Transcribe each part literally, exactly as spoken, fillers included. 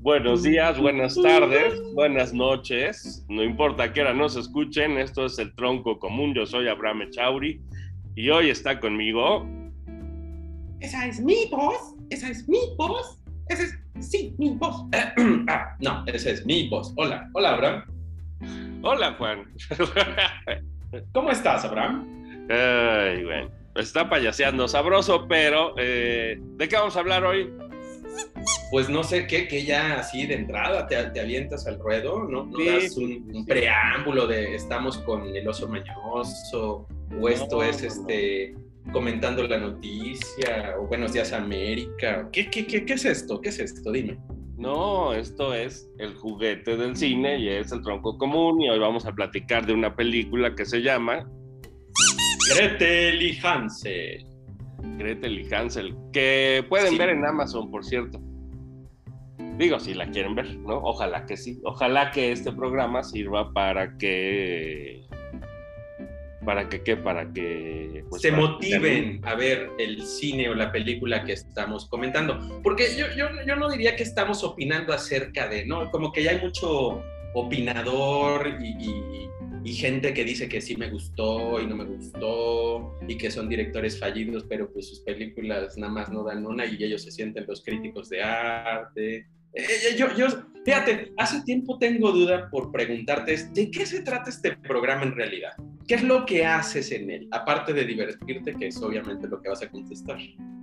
Buenos días, buenas tardes, buenas noches. No importa a qué hora nos escuchen, esto es El Tronco Común. Yo soy Abraham Echauri y hoy está conmigo. Esa es mi voz, esa es mi voz, esa es, sí, mi voz. Ah, no, esa es mi voz. Hola, hola Abraham. Hola, Juan. ¿Cómo estás, Abraham? Ay, bueno, está payaseando sabroso, pero eh, ¿de qué vamos a hablar hoy? Pues no sé, ¿qué, qué ya así de entrada te, te avientas al ruedo? ¿No, no Sí, das sí, un, sí. un preámbulo de estamos con el oso mañoso? ¿O esto No, es no, este comentando la noticia? ¿O Buenos Días América? ¿Qué, qué, qué, qué es esto? ¿Qué es esto? Dime. No, esto es el juguete del cine y es El Tronco Común y hoy vamos a platicar de una película que se llama Gretel y Hansel. Gretel y Hansel, que pueden Sí. ver en Amazon, por cierto. Digo, si la quieren ver, ¿no? Ojalá que sí. Ojalá que este programa sirva para que... ¿Para que qué? Para que... Pues, se para motiven que... a ver el cine o la película que estamos comentando. Porque yo, yo, yo no diría que estamos opinando acerca de, ¿no? Como que ya hay mucho opinador y, y, y gente que dice que sí me gustó y no me gustó y que son directores fallidos, pero pues sus películas nada más no dan una y ellos se sienten los críticos de arte. Eh, yo, yo, fíjate, hace tiempo tengo duda por preguntarte, ¿de qué se trata este programa en realidad? ¿Qué es lo que haces en él? Aparte de divertirte, que es obviamente lo que vas a contestar.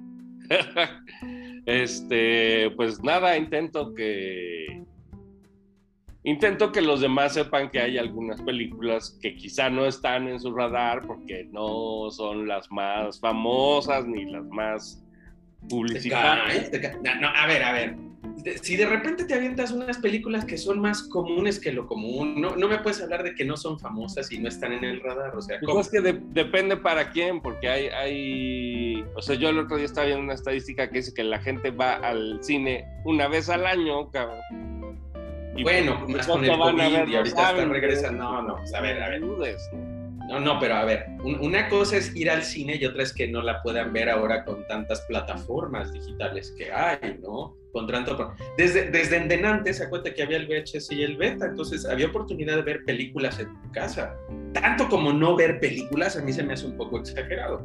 este, pues nada, intento que... Intento que los demás sepan que hay algunas películas que quizá no están en su radar porque no son las más famosas ni las más publicitadas. Te caes, te caes. No, no, a ver, a ver. Si de repente te avientas unas películas que son más comunes que lo común, no, no me puedes hablar de que no son famosas y no están en el radar, o sea, ¿cómo? Pues es que de, depende para quién, porque hay, hay, o sea, yo el otro día estaba viendo una estadística que dice que la gente va al cine una vez al año, cabrón. Y bueno, pues, más con el van a COVID ver y los ahorita está Avengers, regresando. No, no, pues, a ver, a ver. Dudes, No, no, pero a ver, un, una cosa es ir al cine y otra es que no la puedan ver ahora con tantas plataformas digitales que hay, ¿no? Con tanto, desde, desde en antes, acuérdate que había el V H S y el beta, entonces había oportunidad de ver películas en tu casa. Tanto como no ver películas, a mí se me hace un poco exagerado.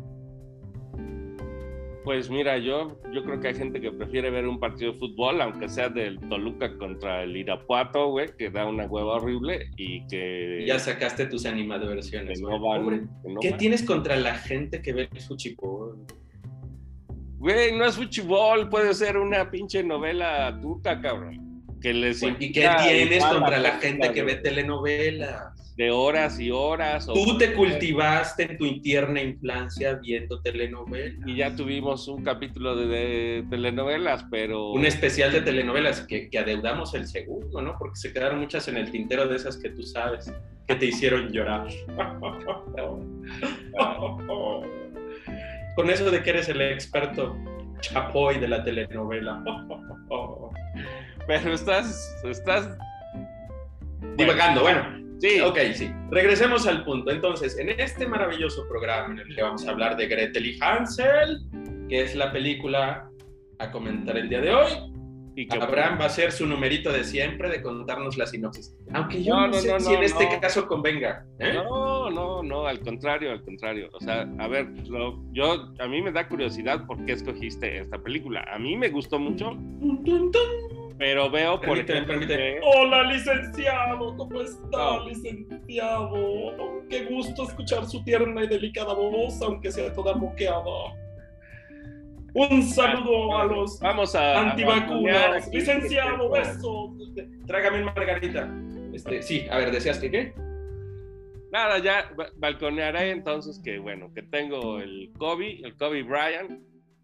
Pues mira, yo, yo creo que hay gente que prefiere ver un partido de fútbol, aunque sea del Toluca contra el Irapuato, güey, que da una hueva horrible y que... Ya sacaste tus animadversiones. Que no van, Pobre. que no ¿Qué van. tienes contra la gente que ve el fuchipol? Güey, no es fútbol, puede ser una pinche novela turca, cabrón. Que les Bueno, ¿y qué tienes contra la gente que ve telenovelas? De horas y horas. Tú o... te cultivaste en tu tierna infancia viendo telenovelas. Y ya tuvimos un capítulo de, de telenovelas, pero... Un especial de telenovelas que, que adeudamos el segundo, ¿no? Porque se quedaron muchas en el tintero de esas que tú sabes, que te hicieron llorar. Con eso de que eres el experto chapoy de la telenovela. Pero estás... estás... divagando, bueno. Sí. Ok, sí. Regresemos al punto. Entonces, en este maravilloso programa en el que vamos a hablar de Gretel y Hansel, que es la película a comentar el día de hoy, y que... Abraham va a hacer su numerito de siempre de contarnos la sinopsis. Aunque yo no, no, no sé no, si no, en este no. caso convenga. ¿eh? No, no, no, al contrario, al contrario. O sea, a ver, lo, yo, a mí me da curiosidad por qué escogiste esta película. A mí me gustó mucho. Tum, tum, tum. Pero veo, por permíteme, ejemplo, permíteme. que... Hola, licenciado, ¿cómo está, no. licenciado? Qué gusto escuchar su tierna y delicada voz, aunque sea toda moqueada. Un saludo a los Vamos a, antivacunas. a Licenciado, besos. Trágame una margarita. Este, sí, a ver, ¿decías que qué? Nada, ya balconearé entonces que, bueno, que tengo el Kobe, el Kobe Bryant.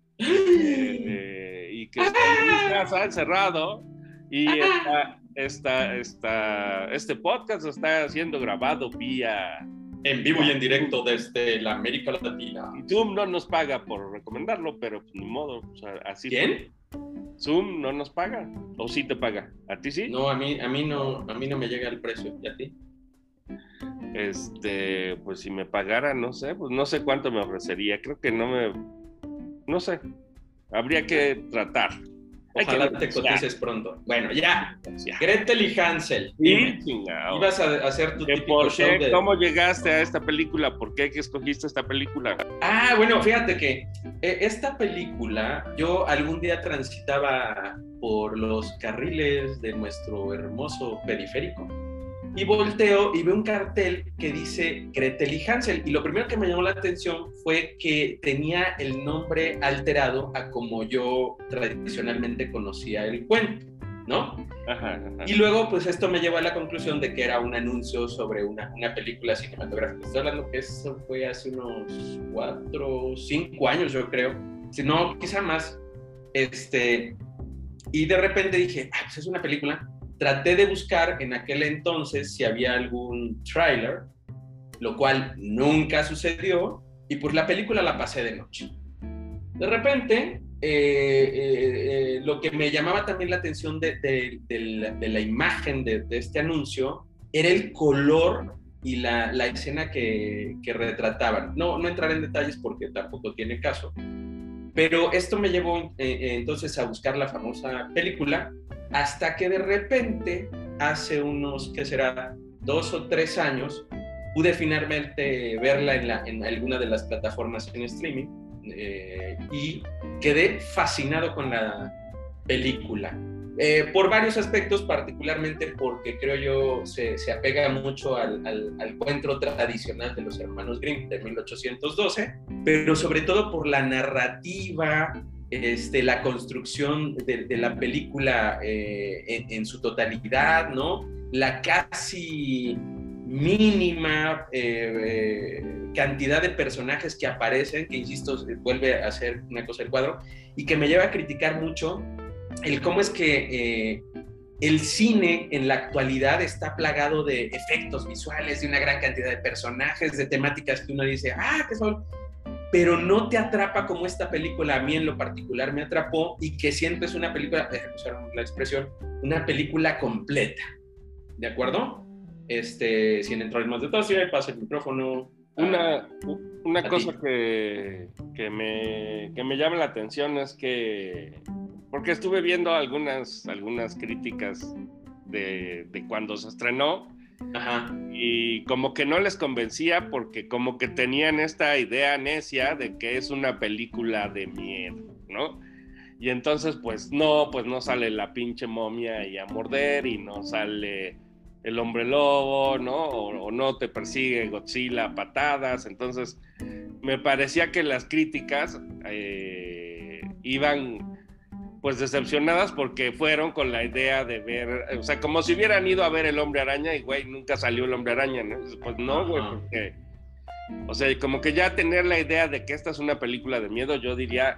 Eh, y que está en mi casa encerrado y está, está, está, este podcast está siendo grabado vía en vivo y en directo desde la América Latina. Y Zoom no nos paga por recomendarlo, pero pues ni modo, o sea, así. ¿Quién? Zoom no nos paga, o sí te paga, ¿a ti sí? No, a mí, a mí no, a mí no me llega el precio, ¿y a ti? Este, pues si me pagara, no sé, pues no sé cuánto me ofrecería, creo que no me, no sé, habría que tratar. Ojalá te cotices pronto. Bueno, ya. Ya. Gretel y Hansel. Sí, Dime, chingado. ibas a hacer tu ¿Que típico por show qué? de... ¿Cómo llegaste a esta película? ¿Por qué que escogiste esta película? Ah, bueno, fíjate que eh, esta película, yo algún día transitaba por los carriles de nuestro hermoso periférico y volteo y veo un cartel que dice Gretel y Hansel, y lo primero que me llamó la atención fue que tenía el nombre alterado a como yo tradicionalmente conocía el cuento, ¿no? Ajá, ajá. Y luego, pues esto me llevó a la conclusión de que era un anuncio sobre una, una película cinematográfica. Estoy hablando que eso fue hace unos cuatro, cinco años, yo creo. Si no, quizá más. Este, y de repente dije, ah, pues es una película. Traté de buscar en aquel entonces si había algún tráiler, lo cual nunca sucedió, y pues la película la pasé de noche. De repente, eh, eh, eh, lo que me llamaba también la atención de, de, de, la, de la imagen de, de este anuncio era el color y la, la escena que, que retrataban. No, no entraré en detalles porque tampoco tiene caso, pero esto me llevó eh, eh, entonces a buscar la famosa película, hasta que de repente, hace unos, ¿qué será?, dos o tres años, pude finalmente verla en, la, en alguna de las plataformas en streaming, eh, y quedé fascinado con la película. Eh, por varios aspectos, particularmente porque creo yo se, se apega mucho al, al, al cuento tradicional de los hermanos Grimm de mil ochocientos doce, pero sobre todo por la narrativa, este, la construcción de, de la película eh, en, en su totalidad, ¿no? La casi mínima eh, eh, cantidad de personajes que aparecen, que insisto, vuelve a ser una cosa del cuadro, y que me lleva a criticar mucho el cómo es que eh, el cine en la actualidad está plagado de efectos visuales, de una gran cantidad de personajes, de temáticas que uno dice, ah, qué son, pero no te atrapa como esta película a mí en lo particular me atrapó, y que siento es una película, déjame usar la expresión, una película completa, ¿de acuerdo? Este, sin entrar en más detalles, pasa el micrófono. Una, una a cosa ti. que, que, me, que me llama la atención es que, porque estuve viendo algunas, algunas críticas de, de cuando se estrenó, Ajá. y como que no les convencía porque como que tenían esta idea necia de que es una película de miedo, ¿no? Y entonces pues no, pues no sale la pinche momia y a morder, y no sale el hombre lobo, ¿no? O, o no te persigue Godzilla a patadas. Entonces me parecía que las críticas eh, iban pues decepcionadas porque fueron con la idea de ver, o sea, como si hubieran ido a ver el Hombre Araña y güey, nunca salió el Hombre Araña, ¿no? Pues no, güey, porque, o sea, como que ya tener la idea de que esta es una película de miedo, yo diría,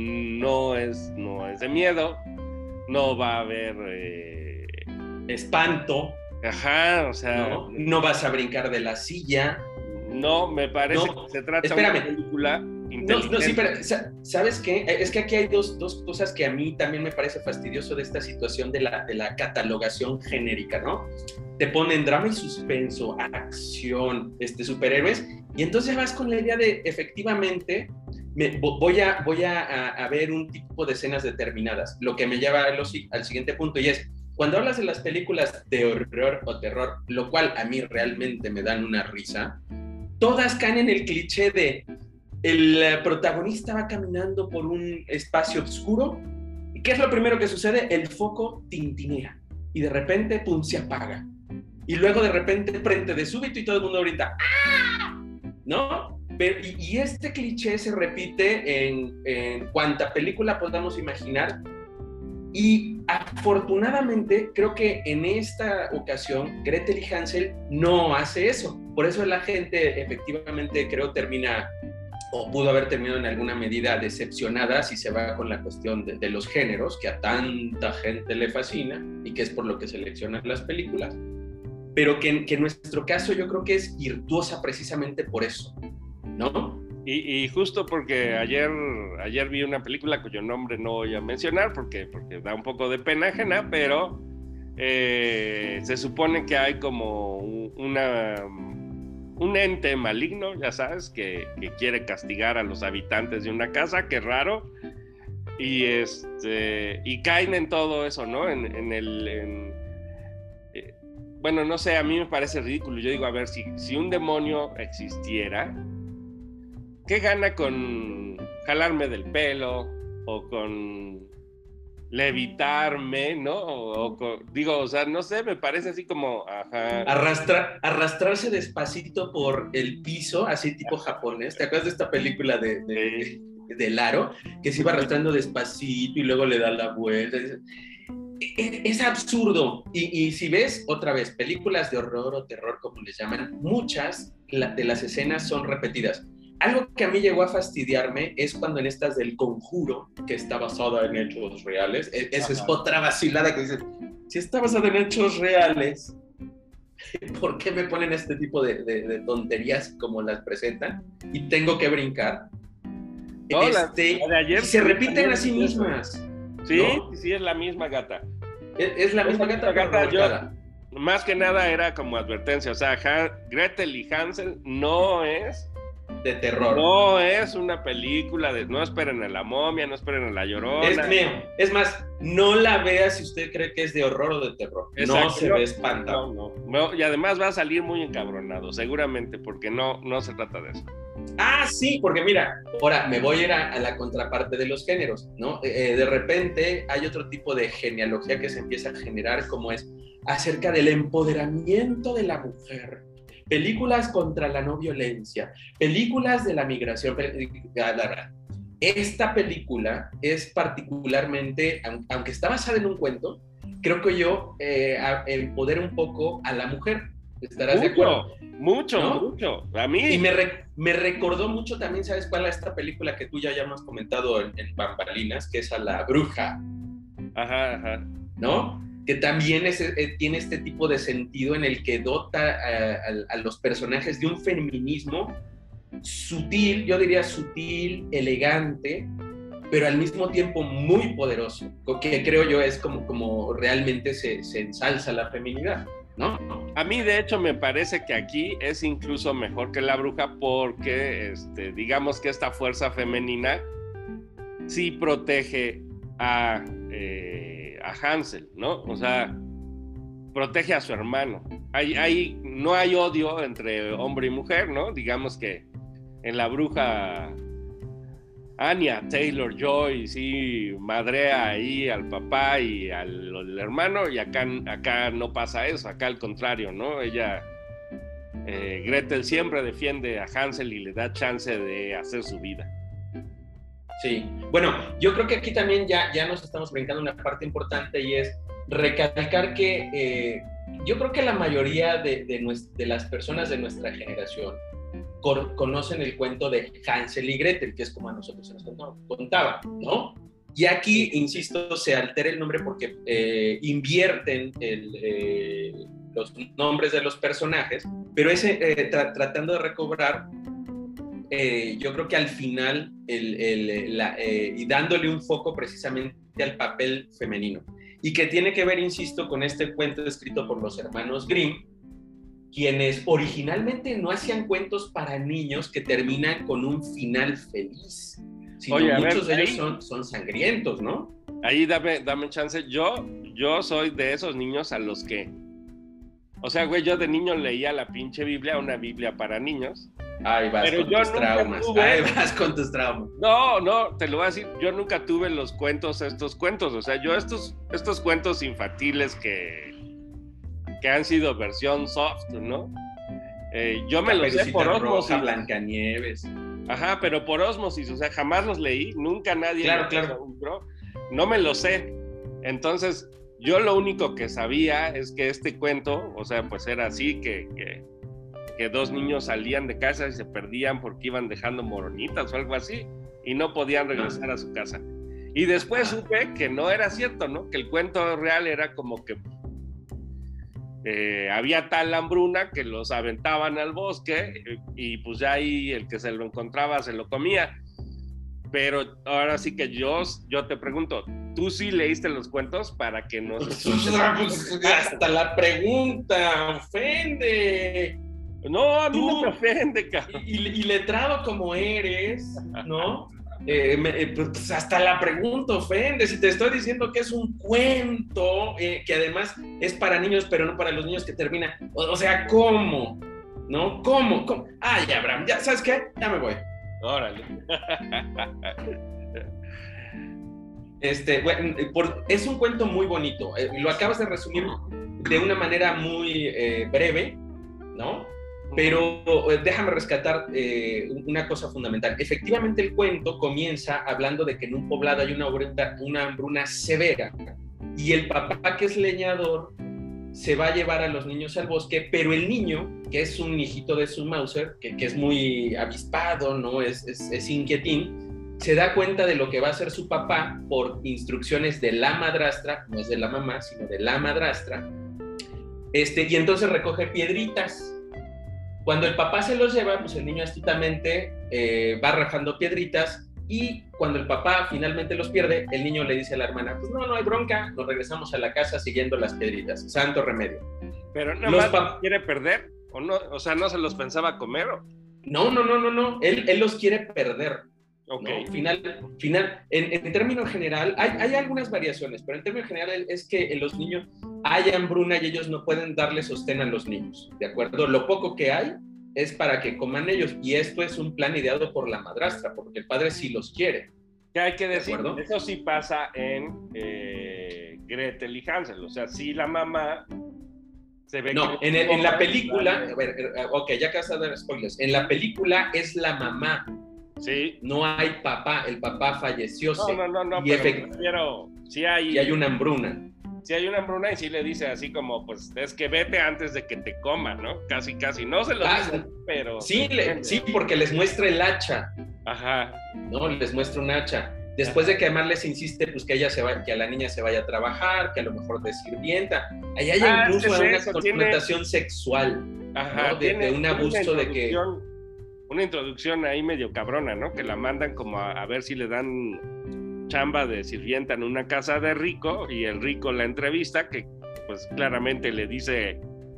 no es, no es de miedo, no va a haber eh... espanto. Ajá, o sea, no, no vas a brincar de la silla. No, me parece no, que se trata espérame. de una película inteligente. No, no, sí, pero ¿sabes qué? Es que aquí hay dos, dos cosas que a mí también me parece fastidioso de esta situación de la, de la catalogación genérica, ¿no? Te ponen drama y suspenso, acción, este, superhéroes, y entonces vas con la idea de, efectivamente, me, voy, a, voy a, a, a ver un tipo de escenas determinadas, lo que me lleva a los, al siguiente punto, y es, cuando hablas de las películas de horror o terror, lo cual a mí realmente me dan una risa, todas caen en el cliché de el protagonista va caminando por un espacio oscuro, ¿y qué es lo primero que sucede? El foco tintinea, y de repente, pum, se apaga. Y luego de repente prende de súbito y todo el mundo grita ¡ah! ¿No? Pero, y, y este cliché se repite en, en cuanta película podamos imaginar. Y afortunadamente creo que en esta ocasión Gretel y Hansel no hace eso. Por eso la gente efectivamente creo termina, o pudo haber terminado en alguna medida decepcionada si se va con la cuestión de, de los géneros, que a tanta gente le fascina y que es por lo que seleccionan las películas. Pero que, que en nuestro caso yo creo que es virtuosa precisamente por eso, ¿no? Y, y justo porque ayer, ayer vi una película cuyo nombre no voy a mencionar porque, porque da un poco de pena ajena, pero eh, se supone que hay como una, un ente maligno, ya sabes, que, que quiere castigar a los habitantes de una casa, que raro, y este y caen en todo eso, ¿no? En, en el en, eh, bueno, no sé, a mí me parece ridículo. Yo digo, a ver, si, si un demonio existiera, ¿qué gana con jalarme del pelo o con levitarme, ¿no? O, o con, digo, o sea, no sé, me parece así como, ajá. Arrastra, arrastrarse despacito por el piso, así tipo japonés. ¿Te acuerdas de esta película de, de, Sí. de Laro? Que se iba arrastrando despacito y luego le da la vuelta. Es, es absurdo. Y, y si ves, otra vez, películas de horror o terror, como les llaman, muchas de las escenas son repetidas. Algo que a mí llegó a fastidiarme es cuando en estas del Conjuro, que está basada en hechos reales, eso Ajá. es otra vacilada que dicen, si está basada en hechos reales, ¿por qué me ponen este tipo de, de, de tonterías como las presentan? Y tengo que brincar. No, este, la, la de ayer, se repiten a sí mismas. Sí, ¿no? sí, es la misma gata. Es, es la misma gata, gata pero yo, más que nada era como advertencia, o sea, Han, Gretel y Hansel no es de terror. No es una película de, no esperen a la momia, no esperen a la Llorona. Es mío. Es más, no la vea si usted cree que es de horror o de terror. Exacto. No se no, ve espantado. No, no, no. Y además va a salir muy encabronado, seguramente, porque no, no se trata de eso. Ah, sí, porque mira, ahora me voy a ir a, a la contraparte de los géneros, ¿no? Eh, de repente hay otro tipo de genealogía que se empieza a generar, como es acerca del empoderamiento de la mujer. Películas contra la no violencia, películas de la migración. Esta película es particularmente, aunque está basada en un cuento, creo que yo eh, empodera un poco a la mujer. ¿Estarás mucho, de acuerdo? Mucho, ¿no? mucho. A mí. Y me, re, me recordó mucho también, ¿sabes cuál es esta película que tú ya hayamos comentado en, en Bambalinas? Que es a La Bruja. Ajá, ajá. ¿No? Que también es, eh, tiene este tipo de sentido en el que dota a, a, a los personajes de un feminismo sutil, yo diría sutil, elegante, pero al mismo tiempo muy poderoso, que creo yo es como, como realmente se, se ensalza la feminidad, ¿no? A mí, de hecho, me parece que aquí es incluso mejor que La Bruja porque, este, digamos que esta fuerza femenina sí protege a... Eh, a Hansel, ¿no? O sea, protege a su hermano. Hay, hay, no hay odio entre hombre y mujer, ¿no? Digamos que en La Bruja Anya Taylor-Joy sí madrea ahí al papá y al, al hermano, y acá, acá no pasa eso, acá al contrario, ¿no? Ella, eh, Gretel siempre defiende a Hansel y le da chance de hacer su vida. Sí, bueno, yo creo que aquí también ya, ya nos estamos brincando una parte importante y es recalcar que eh, yo creo que la mayoría de, de, nuestra, de las personas de nuestra generación con, conocen el cuento de Hansel y Gretel, que es como a nosotros se nos contaba, ¿no? Y aquí, insisto, se altera el nombre porque eh, invierten el, eh, los nombres de los personajes, pero ese, eh, tra tratando de recobrar Eh, yo creo que al final, el, el, la, eh, y dándole un foco precisamente al papel femenino, y que tiene que ver, insisto, con este cuento escrito por los hermanos Grimm, quienes originalmente no hacían cuentos para niños que terminan con un final feliz, sino Oye, muchos ver, de ellos ahí, son, son sangrientos, ¿no? Ahí dame, dame chance, yo, yo soy de esos niños a los que, o sea, güey, yo de niño leía la pinche Biblia, una Biblia para niños. Ay, vas Pero con tus traumas. Tuve... Ay, vas con tus traumas. No, no, te lo voy a decir. Yo nunca tuve los cuentos, estos cuentos. O sea, yo estos, estos cuentos infantiles que, que han sido versión soft, ¿no? Eh, yo me los sé por osmosis. Roja, Blancanieves. Ajá, pero por osmosis. O sea, jamás los leí. Nunca nadie claro, me claro. Un pro. No me lo sé. Entonces, yo lo único que sabía es que este cuento, o sea, pues era así que... que que dos niños salían de casa y se perdían porque iban dejando moronitas o algo así y no podían regresar a su casa. Y después supe que no era cierto, ¿no? Que el cuento real era como que eh, había tal hambruna que los aventaban al bosque y pues ya ahí el que se lo encontraba se lo comía. Pero ahora sí que yo, yo te pregunto, ¿tú sí leíste los cuentos para que nos... Hasta la pregunta ofende. No, a mí Tú, no me ofende, cabrón. Y, y letrado como eres, ¿no? Eh, me, eh, pues hasta la pregunta ofende, si te estoy diciendo que es un cuento, eh, que además es para niños, pero no para los niños, que termina, o, o sea, ¿cómo? ¿No? ¿Cómo? ¿Cómo? Ay, Abraham, ya, ¿sabes qué? Ya me voy. Órale. Este, bueno, por, es un cuento muy bonito, eh, lo acabas de resumir de una manera muy eh, breve, ¿no? Pero eh, déjame rescatar eh, una cosa fundamental. Efectivamente, el cuento comienza hablando de que en un poblado hay una, obreta, una hambruna severa y el papá, que es leñador, se va a llevar a los niños al bosque, pero el niño, que es un hijito de su Mauser, que, que es muy avispado, ¿no? Es, es, es inquietín, se da cuenta de lo que va a hacer su papá por instrucciones de la madrastra, no es de la mamá, sino de la madrastra, este, y entonces recoge piedritas. Cuando el papá se los lleva, pues el niño astutamente eh, va rajando piedritas, y cuando el papá finalmente los pierde, el niño le dice a la hermana, pues no, no hay bronca, nos regresamos a la casa siguiendo las piedritas, santo remedio. Pero nada Los más pa- quiere perder, o no, o sea, no se los pensaba comer, ¿o? No, no, no, no, no, él, él los quiere perder. Ok. ¿No? Final, final, en, en términos general, hay, hay algunas variaciones, pero en términos general es que en los niños hay hambruna y ellos no pueden darle sostén a los niños, ¿de acuerdo? Lo poco que hay es para que coman ellos, y esto es un plan ideado por la madrastra, porque el padre sí los quiere. ¿Qué hay que decir? acuerdo? Eso sí pasa en eh, Gretel y Hansel, o sea, sí la mamá se ve No, que... en, el, en la película, a ver, ok, ya que vas a dar spoilers, en la película es la mamá, Sí. no hay papá, el papá falleció, No, no, no, no, y, pero efect- me refiero, sí hay, y hay una hambruna. sí hay una hambruna, y sí le dice así como, pues, es que vete antes de que te coma, ¿no? Casi, casi, no se lo Ah, dice, pero... Sí, le, sí, porque les muestra el hacha, Ajá. ¿no? Les muestra un hacha. Después de que además les insiste, pues que ella se vaya, que a la niña se vaya a trabajar, que a lo mejor de sirvienta. Ahí hay Ah, incluso es una eso, connotación tiene... sexual, Ajá, ¿no? De, tiene, de un tiene abuso una de que... introducción- Una introducción ahí medio cabrona, ¿no? Que la mandan como a, a ver si le dan chamba de sirvienta en una casa de rico, y el rico la entrevista, que pues claramente le dice,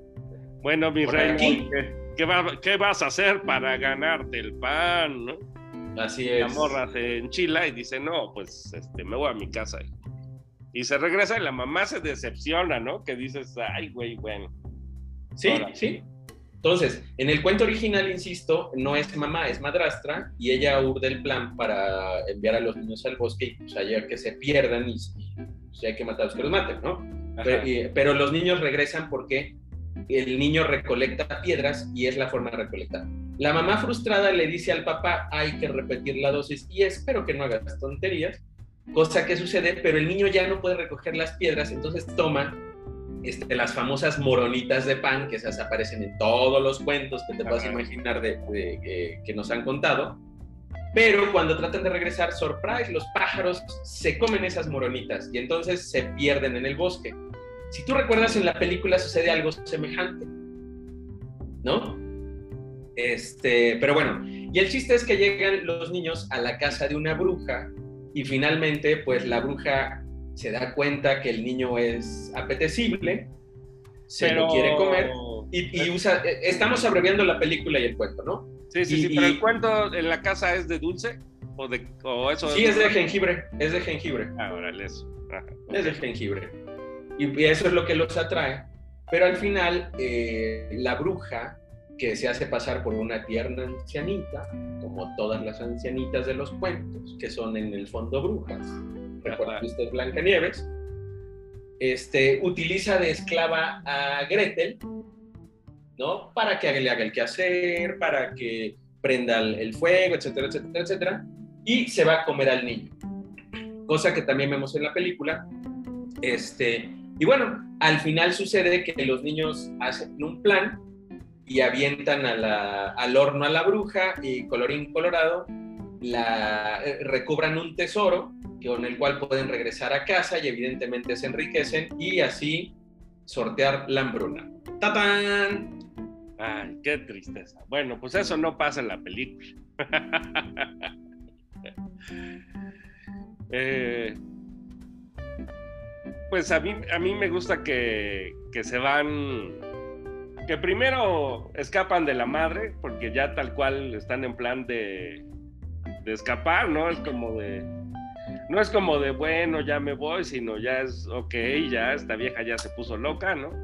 bueno, mi Por reina, aquí. ¿qué, qué, va- qué vas a hacer para ganarte el pan, ¿no? Así La es. morra se enchila y dice, no, pues este, me voy a mi casa. Y se regresa y la mamá se decepciona, ¿no? Que dices, ay, güey, bueno. Sí, Ahora. sí. Entonces, en el cuento original, insisto, no es mamá, es madrastra, y ella urde el plan para enviar a los niños al bosque y pues allá que se pierdan, y, y si hay que matarlos, que los maten, ¿no? Pero, y, pero los niños regresan porque el niño recolecta piedras y es la forma de recolectar. La mamá frustrada le dice al papá, hay que repetir la dosis y espero que no hagas tonterías, cosa que sucede, pero el niño ya no puede recoger las piedras, entonces toma Este, las famosas moronitas de pan, que esas aparecen en todos los cuentos que te puedas imaginar de, de, de, que nos han contado, pero cuando tratan de regresar, surprise, los pájaros se comen esas moronitas y entonces se pierden en el bosque. Si tú recuerdas, en la película sucede algo semejante, ¿no? Este, pero bueno, y el chiste es que llegan los niños a la casa de una bruja y finalmente, pues la bruja se da cuenta que el niño es apetecible, se Pero... lo quiere comer y, y usa, estamos abreviando la película y el cuento, ¿no? Sí, sí, y, sí, pero y, el cuento en la casa es de dulce o de o eso. Sí, es de jengibre, es de jengibre. Ah, órale, eso. Ajá, okay. Es de jengibre. Y, y eso es lo que los atrae. Pero al final, eh, la bruja, que se hace pasar por una tierna ancianita, como todas las ancianitas de los cuentos, que son en el fondo brujas, recuerda usted Blancanieves, este, utiliza de esclava a Gretel, ¿no? Para que le haga el quehacer, para que prenda el, el fuego, etcétera, etcétera, etcétera, y se va a comer al niño. Cosa que también vemos en la película. Este, y bueno, al final sucede que los niños hacen un plan y avientan a la, al horno a la bruja y colorín colorado, la, eh, recobran un tesoro con el cual pueden regresar a casa y evidentemente se enriquecen y así sortear la hambruna. ¡Tatán! Ay, qué tristeza. Bueno, pues eso no pasa en la película. eh, pues a mí, a mí me gusta que, que se van, que primero escapan de la madre, porque ya tal cual están en plan de, de escapar, ¿no? Es como de, no es como de, bueno, ya me voy, sino ya es, ok, ya esta vieja ya se puso loca, ¿no?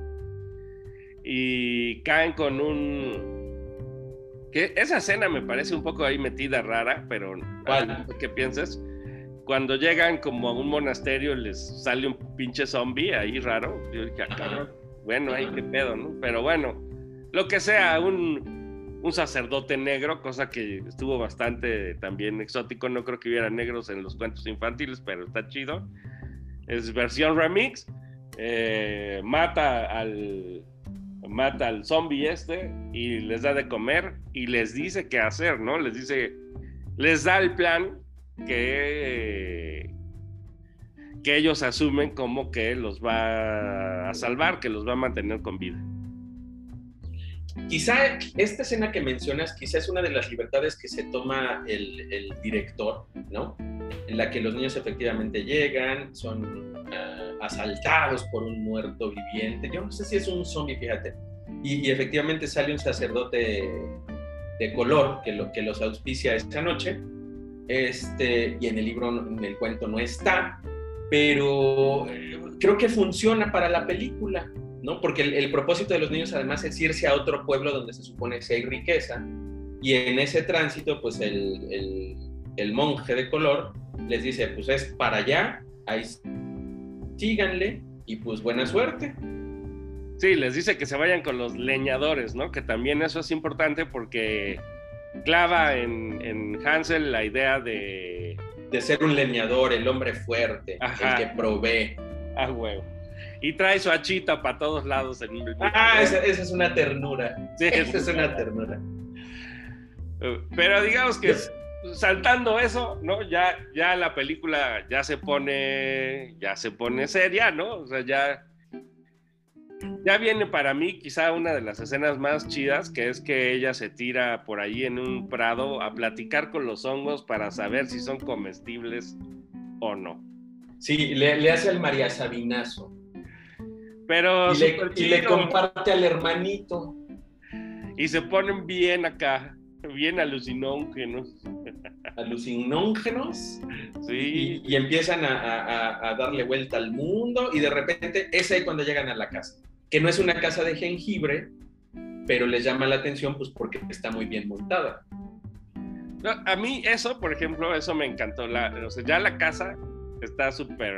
Y caen con un, que esa escena me parece un poco ahí metida rara, pero ¿cuál? ¿qué piensas? Cuando llegan como a un monasterio les sale un pinche zombie ahí raro. Yo dije, ah, cabrón, bueno, ahí qué pedo, ¿no? Pero bueno, lo que sea, un, un sacerdote negro, cosa que estuvo bastante también exótico. No creo que hubiera negros en los cuentos infantiles, pero está chido. Es versión remix. Eh, mata al mata al zombie este y les da de comer y les dice qué hacer, ¿no? Les dice, les da el plan que, que ellos asumen como que los va a salvar, que los va a mantener con vida. Quizá esta escena que mencionas, quizá es una de las libertades que se toma el, el director, ¿no? En la que los niños efectivamente llegan, son uh, asaltados por un muerto viviente. Yo no sé si es un zombie, fíjate. Y, y efectivamente sale un sacerdote de color que, lo, que los auspicia esta noche. Este, y en el libro, en el cuento no está, pero creo que funciona para la película, ¿no? Porque el, el propósito de los niños además es irse a otro pueblo donde se supone que hay riqueza, y en ese tránsito, pues el, el, el monje de color les dice, pues es para allá, ahí síganle, y pues buena suerte. Sí, les dice que se vayan con los leñadores, ¿no? Que también eso es importante porque clava en, en Hansel la idea de... de ser un leñador, el hombre fuerte, ajá, el que provee. Ah, huevo. Y trae su hachita para todos lados. En un... Ah, esa, esa es una ternura. Sí, esa es una ternura. Pero digamos que saltando eso, ¿no? Ya, ya la película ya se pone, ya se pone seria, ¿no? O sea, ya... Ya viene para mí quizá una de las escenas más chidas, que es que ella se tira por ahí en un prado a platicar con los hongos para saber si son comestibles o no. Sí, le, le hace al María Sabinazo. Pero y, le, y le comparte al hermanito. Y se ponen bien acá, bien alucinógenos. Alucinógenos. Sí. Y, y empiezan a, a, a darle vuelta al mundo, y de repente es ahí cuando llegan a la casa. Que no es una casa de jengibre, pero les llama la atención pues porque está muy bien montada. No, a mí eso, por ejemplo, eso me encantó. La, o sea, ya la casa está súper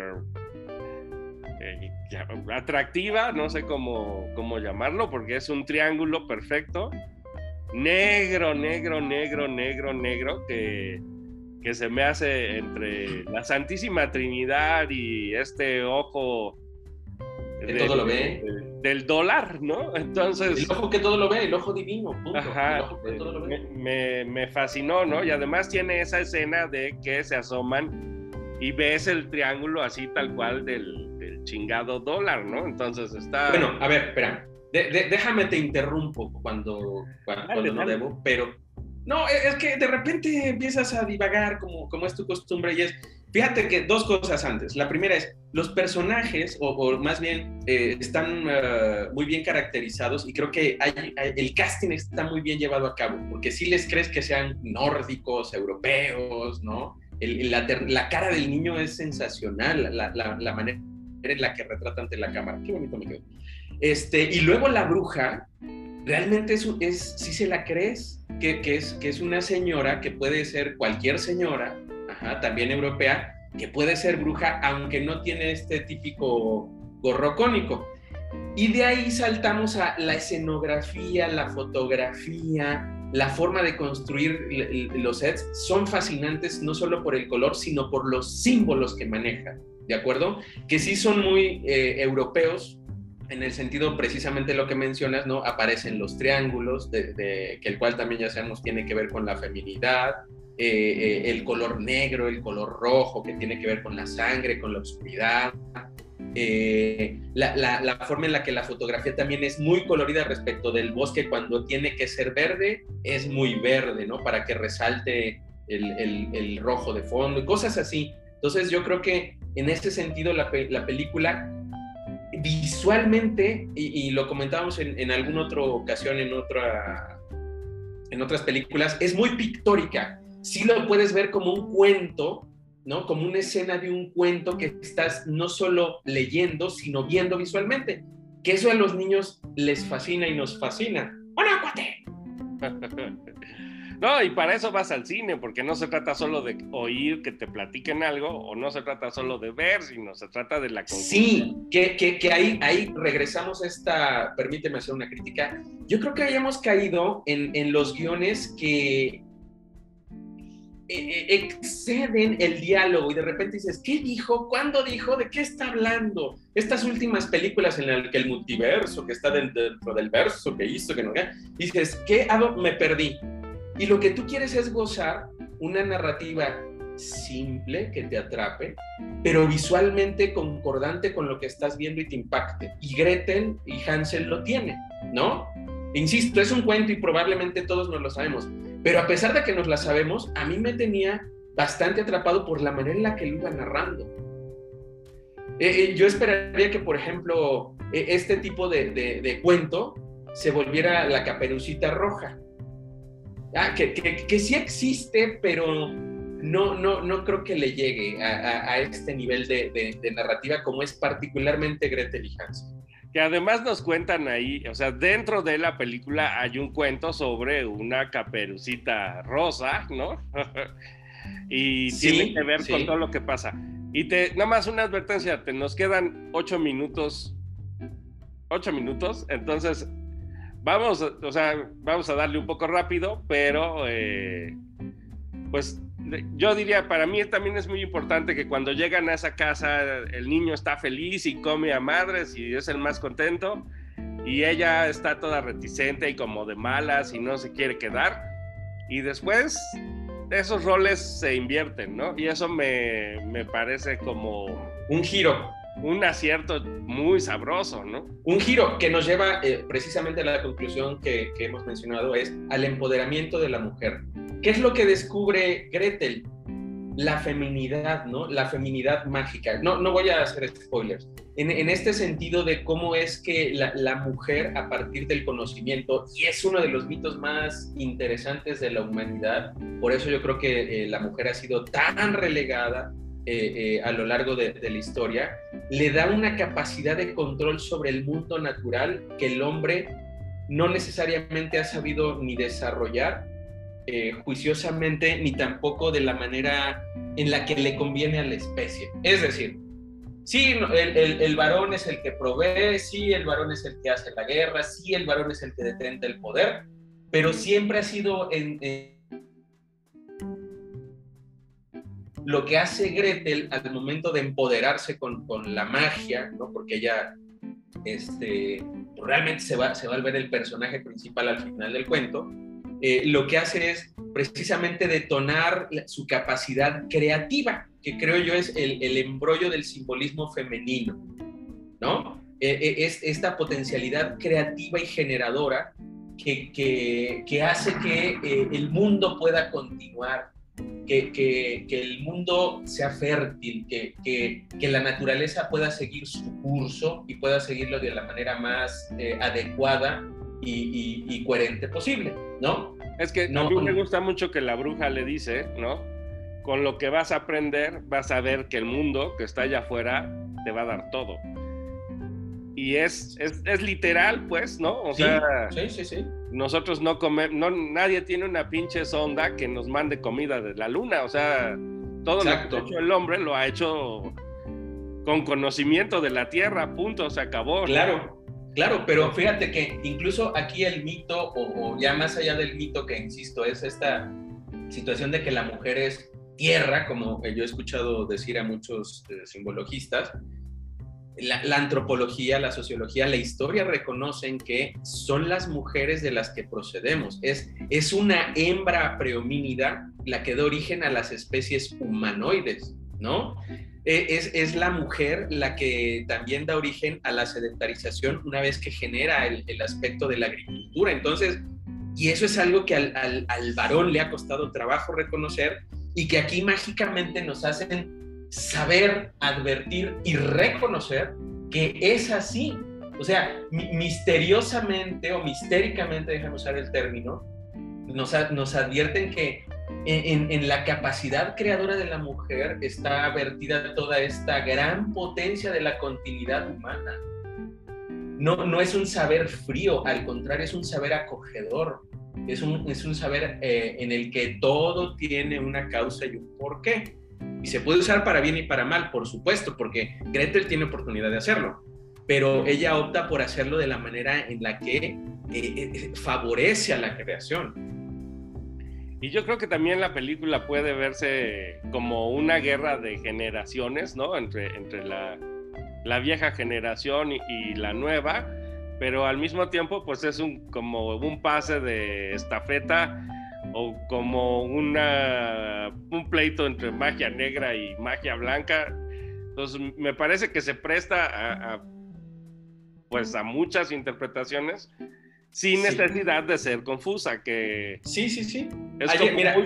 eh, atractiva, no sé cómo, cómo llamarlo, porque es un triángulo perfecto, negro, negro, negro, negro, negro, que, que se me hace entre la Santísima Trinidad y este ojo... Que del, todo lo ve. Del, del dólar, ¿no? Entonces... El ojo que todo lo ve, el ojo divino, punto. Ajá, el ojo que todo lo ve. Me, me, me fascinó, ¿no? Y además tiene esa escena de que se asoman y ves el triángulo así tal cual del, del chingado dólar, ¿no? Entonces está... Bueno, a ver, espera. De, de, déjame te interrumpo cuando, cuando, dale, cuando no dale. debo, pero... No, es que de repente empiezas a divagar como, como es tu costumbre, y es... Fíjate que dos cosas antes. La primera es, los personajes, o, o más bien, eh, están uh, muy bien caracterizados, y creo que hay, hay, el casting está muy bien llevado a cabo, porque sí les crees que sean nórdicos, europeos, ¿no? El, la, la cara del niño es sensacional, la, la, la manera en la que retrata ante la cámara. Qué bonito me quedó. Este, y luego la bruja, realmente es, es sí se la crees, que, que, es, que es una señora que puede ser cualquier señora, ajá, también europea, que puede ser bruja, aunque no tiene este típico gorro cónico. Y de ahí saltamos a la escenografía, la fotografía, la forma de construir los sets. Son fascinantes no solo por el color, sino por los símbolos que maneja, ¿de acuerdo? Que sí son muy eh, europeos, en el sentido precisamente lo que mencionas, ¿no? Aparecen los triángulos, de, de, que el cual también ya sabemos tiene que ver con la feminidad, eh, eh, el color negro, el color rojo, que tiene que ver con la sangre, con la oscuridad, eh, la, la, la forma en la que la fotografía también es muy colorida respecto del bosque. Cuando tiene que ser verde, es muy verde, ¿no? Para que resalte el, el, el rojo de fondo y cosas así. Entonces yo creo que en ese sentido la, la película visualmente, y, y lo comentábamos en, en alguna otra ocasión, en, otra, en otras películas, es muy pictórica. sí lo puedes ver como un cuento, ¿no? Como una escena de un cuento que estás no solo leyendo, sino viendo visualmente. Que eso a los niños les fascina y nos fascina. ¡Bueno, cuate! No, y para eso vas al cine, porque no se trata solo de oír que te platiquen algo, o no se trata solo de ver, sino se trata de la conciencia. Sí, que, que, que ahí, ahí regresamos a esta, permíteme hacer una crítica, yo creo que hayamos caído en, en los guiones que eh, exceden el diálogo y de repente dices, ¿qué dijo? ¿Cuándo dijo? ¿De qué está hablando? Estas últimas películas en las que el multiverso, que está dentro del verso, que hizo, que no, dices, ¿qué hago? Me perdí. Y lo que tú quieres es gozar una narrativa simple que te atrape, pero visualmente concordante con lo que estás viendo y te impacte. Y Gretel y Hansel lo tienen, ¿no? Insisto, es un cuento y probablemente todos nos lo sabemos, pero a pesar de que nos la sabemos, a mí me tenía bastante atrapado por la manera en la que lo iba narrando. Eh, eh, yo esperaría que, por ejemplo, eh, este tipo de, de, de cuento se volviera La Caperucita Roja. Ah, que, que, que sí existe, pero no, no, no creo que le llegue a, a, a este nivel de, de, de narrativa como es particularmente Gretel y Hansel. Que además nos cuentan ahí, o sea, dentro de la película hay un cuento sobre una caperucita rosa, ¿no? Y sí, tiene que ver sí. con todo lo que pasa. Y te, nada más una advertencia, te nos quedan ocho minutos, ocho minutos, entonces... Vamos, o sea, vamos a darle un poco rápido, pero eh, pues yo diría, para mí también es muy importante que cuando llegan a esa casa el niño está feliz y come a madres y es el más contento y ella está toda reticente y como de malas y no se quiere quedar y después esos roles se invierten, ¿no? Y eso me, me parece como... un giro. Un acierto muy sabroso, ¿no? Un giro que nos lleva eh, precisamente a la conclusión que, que hemos mencionado, es al empoderamiento de la mujer. ¿Qué es lo que descubre Gretel? La feminidad, ¿no? La feminidad mágica. No, no voy a hacer spoilers. En, en este sentido de cómo es que la, la mujer, a partir del conocimiento, y es uno de los mitos más interesantes de la humanidad, por eso yo creo que eh, la mujer ha sido tan relegada Eh, eh, a lo largo de, de la historia, le da una capacidad de control sobre el mundo natural que el hombre no necesariamente ha sabido ni desarrollar eh, juiciosamente, ni tampoco de la manera en la que le conviene a la especie. Es decir, sí, el, el, el varón es el que provee, sí, el varón es el que hace la guerra, sí, el varón es el que detenta el poder, pero siempre ha sido en... en lo que hace Gretel al momento de empoderarse con, con la magia, ¿no? Porque ella este, realmente se va, se va a ver el personaje principal al final del cuento, eh, lo que hace es precisamente detonar su capacidad creativa, que creo yo es el, el embrollo del simbolismo femenino, ¿no? Eh, eh, es esta potencialidad creativa y generadora que, que, que hace que eh, el mundo pueda continuar, Que, que, que el mundo sea fértil, que, que, que la naturaleza pueda seguir su curso y pueda seguirlo de la manera más eh, adecuada y, y, y coherente posible, ¿no? Es que no, a mí me gusta mucho que la bruja le dice, ¿no? Con lo que vas a aprender, vas a ver que el mundo que está allá afuera te va a dar todo. Y es, es, es literal, pues, ¿no? O sí, sea, sí, sí, sí. Nosotros no comemos, no, nadie tiene una pinche sonda que nos mande comida de la luna, o sea, todo Exacto. Lo que ha hecho el hombre lo ha hecho con conocimiento de la tierra, punto, se acabó. Claro, claro, pero fíjate que incluso aquí el mito, o, o ya más allá del mito, que insisto, es esta situación de que la mujer es tierra, como yo he escuchado decir a muchos eh, simbologistas. La, la antropología, la sociología, la historia reconocen que son las mujeres de las que procedemos. Es, es una hembra prehomínida la que da origen a las especies humanoides, ¿no? Es, es la mujer la que también da origen a la sedentarización una vez que genera el, el aspecto de la agricultura. Entonces, y eso es algo que al, al, al varón le ha costado trabajo reconocer y que aquí mágicamente nos hacen saber, advertir y reconocer que es así. O sea, misteriosamente o mistéricamente, déjame usar el término, nos, nos advierten que en, en, en la capacidad creadora de la mujer está vertida toda esta gran potencia de la continuidad humana. No, no es un saber frío, al contrario, es un saber acogedor. Es un, es un saber eh, en el que todo tiene una causa y un porqué. Y se puede usar para bien y para mal, por supuesto, porque Gretel tiene oportunidad de hacerlo. Pero ella opta por hacerlo de la manera en la que eh, eh, favorece a la creación. Y yo creo que también la película puede verse como una guerra de generaciones, ¿no? Entre, entre la, la vieja generación y, y la nueva, pero al mismo tiempo pues es un, como un pase de estafeta o como una, un pleito entre magia negra y magia blanca. Entonces me parece que se presta a, a pues a muchas interpretaciones sin sí. necesidad de ser confusa, que sí, sí, sí. Es Ayer, como mira, muy,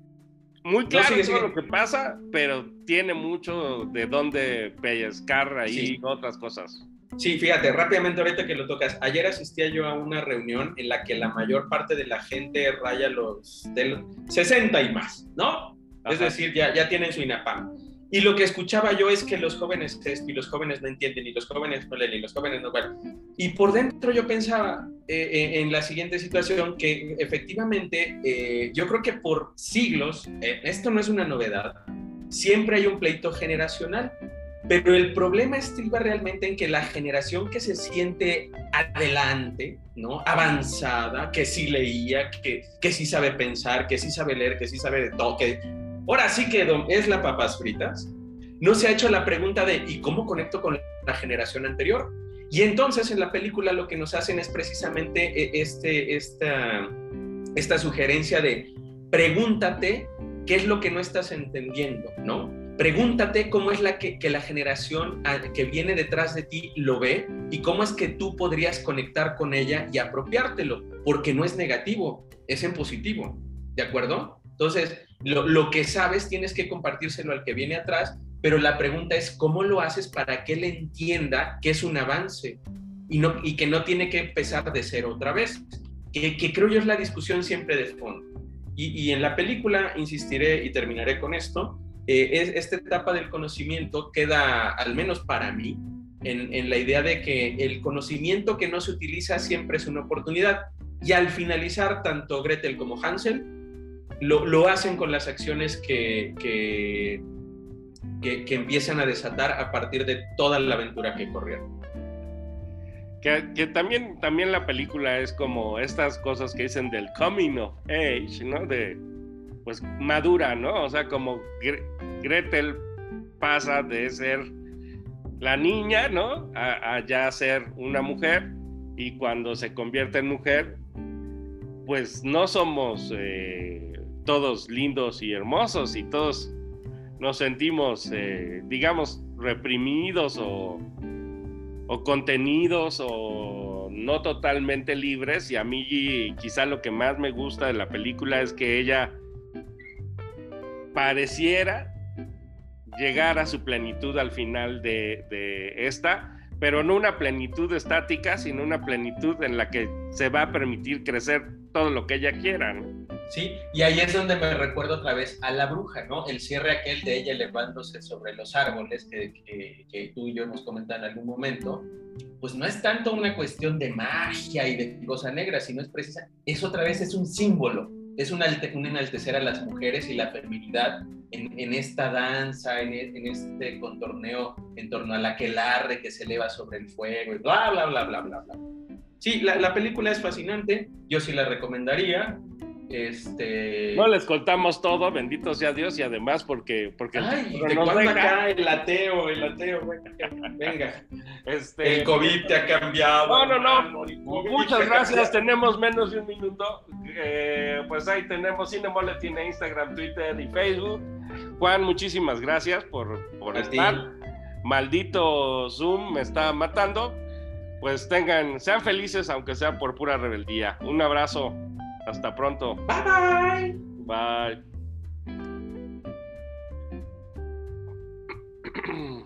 muy claro no, sigue, todo sigue. lo que pasa, pero tiene mucho de dónde pellizcar ahí Sí. otras cosas. Sí, fíjate, rápidamente ahorita que lo tocas, ayer asistía yo a una reunión en la que la mayor parte de la gente raya los, de los sesenta y más, ¿no? Ajá. Es decir, ya, ya tienen su INAPAM. Y lo que escuchaba yo es que los jóvenes esto, y los jóvenes no entienden, y los jóvenes no leen, y los jóvenes no van. Y por dentro yo pensaba eh, eh, en la siguiente situación, que efectivamente eh, yo creo que por siglos, eh, esto no es una novedad, siempre hay un pleito generacional, pero el problema estriba realmente en que la generación que se siente adelante, ¿no? Avanzada, que sí leía, que, que sí sabe pensar, que sí sabe leer, que sí sabe de todo, que ahora sí que es la papas fritas, no se ha hecho la pregunta de ¿y cómo conecto con la generación anterior? Y entonces en la película lo que nos hacen es precisamente este, esta, esta sugerencia de pregúntate qué es lo que no estás entendiendo, ¿no? Pregúntate cómo es la que, que la generación que viene detrás de ti lo ve y cómo es que tú podrías conectar con ella y apropiártelo, porque no es negativo, es en positivo, ¿de acuerdo? Entonces, lo, lo que sabes tienes que compartírselo al que viene atrás, pero la pregunta es ¿cómo lo haces para que él entienda que es un avance y, no, y que no tiene que empezar de cero otra vez? Que, que creo yo es la discusión siempre de fondo. Y, y en la película, insistiré y terminaré con esto, eh, es, esta etapa del conocimiento queda, al menos para mí, en, en la idea de que el conocimiento que no se utiliza siempre es una oportunidad. Y al finalizar, tanto Gretel como Hansel lo, lo hacen con las acciones que, que, que, que empiezan a desatar a partir de toda la aventura que corrieron. Que, que también, también la película es como estas cosas que dicen del coming of age, ¿no? De, pues, madura, ¿no? O sea, como Gre- Gretel pasa de ser la niña, ¿no? A, a ya ser una mujer, y cuando se convierte en mujer, pues no somos eh, todos lindos y hermosos, y todos nos sentimos, eh, digamos, reprimidos o... o contenidos o no totalmente libres. Y a mí quizá lo que más me gusta de la película es que ella pareciera llegar a su plenitud al final de, de esta, pero no una plenitud estática, sino una plenitud en la que se va a permitir crecer todo lo que ella quiera, ¿no? Sí, y ahí es donde me recuerdo otra vez a la bruja, ¿no? El cierre aquel de ella elevándose sobre los árboles que, que, que tú y yo nos comentan en algún momento, pues no es tanto una cuestión de magia y de cosa negra, sino es precisa, es otra vez, es un símbolo, es un, alte, un enaltecer a las mujeres y la feminidad en, en esta danza, en, en este contorneo en torno a la aquelarre que se eleva sobre el fuego y bla, bla, bla, bla, bla, bla. Sí, la, la película es fascinante, yo sí la recomendaría. Este... No les contamos todo, bendito sea Dios, y además porque... porque Ay, ¿de cuándo deja... acá el ateo, el ateo? Venga, este... el COVID te ha cambiado. No, no, no, muchas gracias, tenemos menos de un minuto. Eh, pues ahí tenemos Cinemole, tiene Instagram, Twitter y Facebook. Juan, muchísimas gracias por, por estar. Maldito Zoom me está matando. Pues tengan, sean felices aunque sea por pura rebeldía. Un abrazo. Hasta pronto. Bye bye. Bye.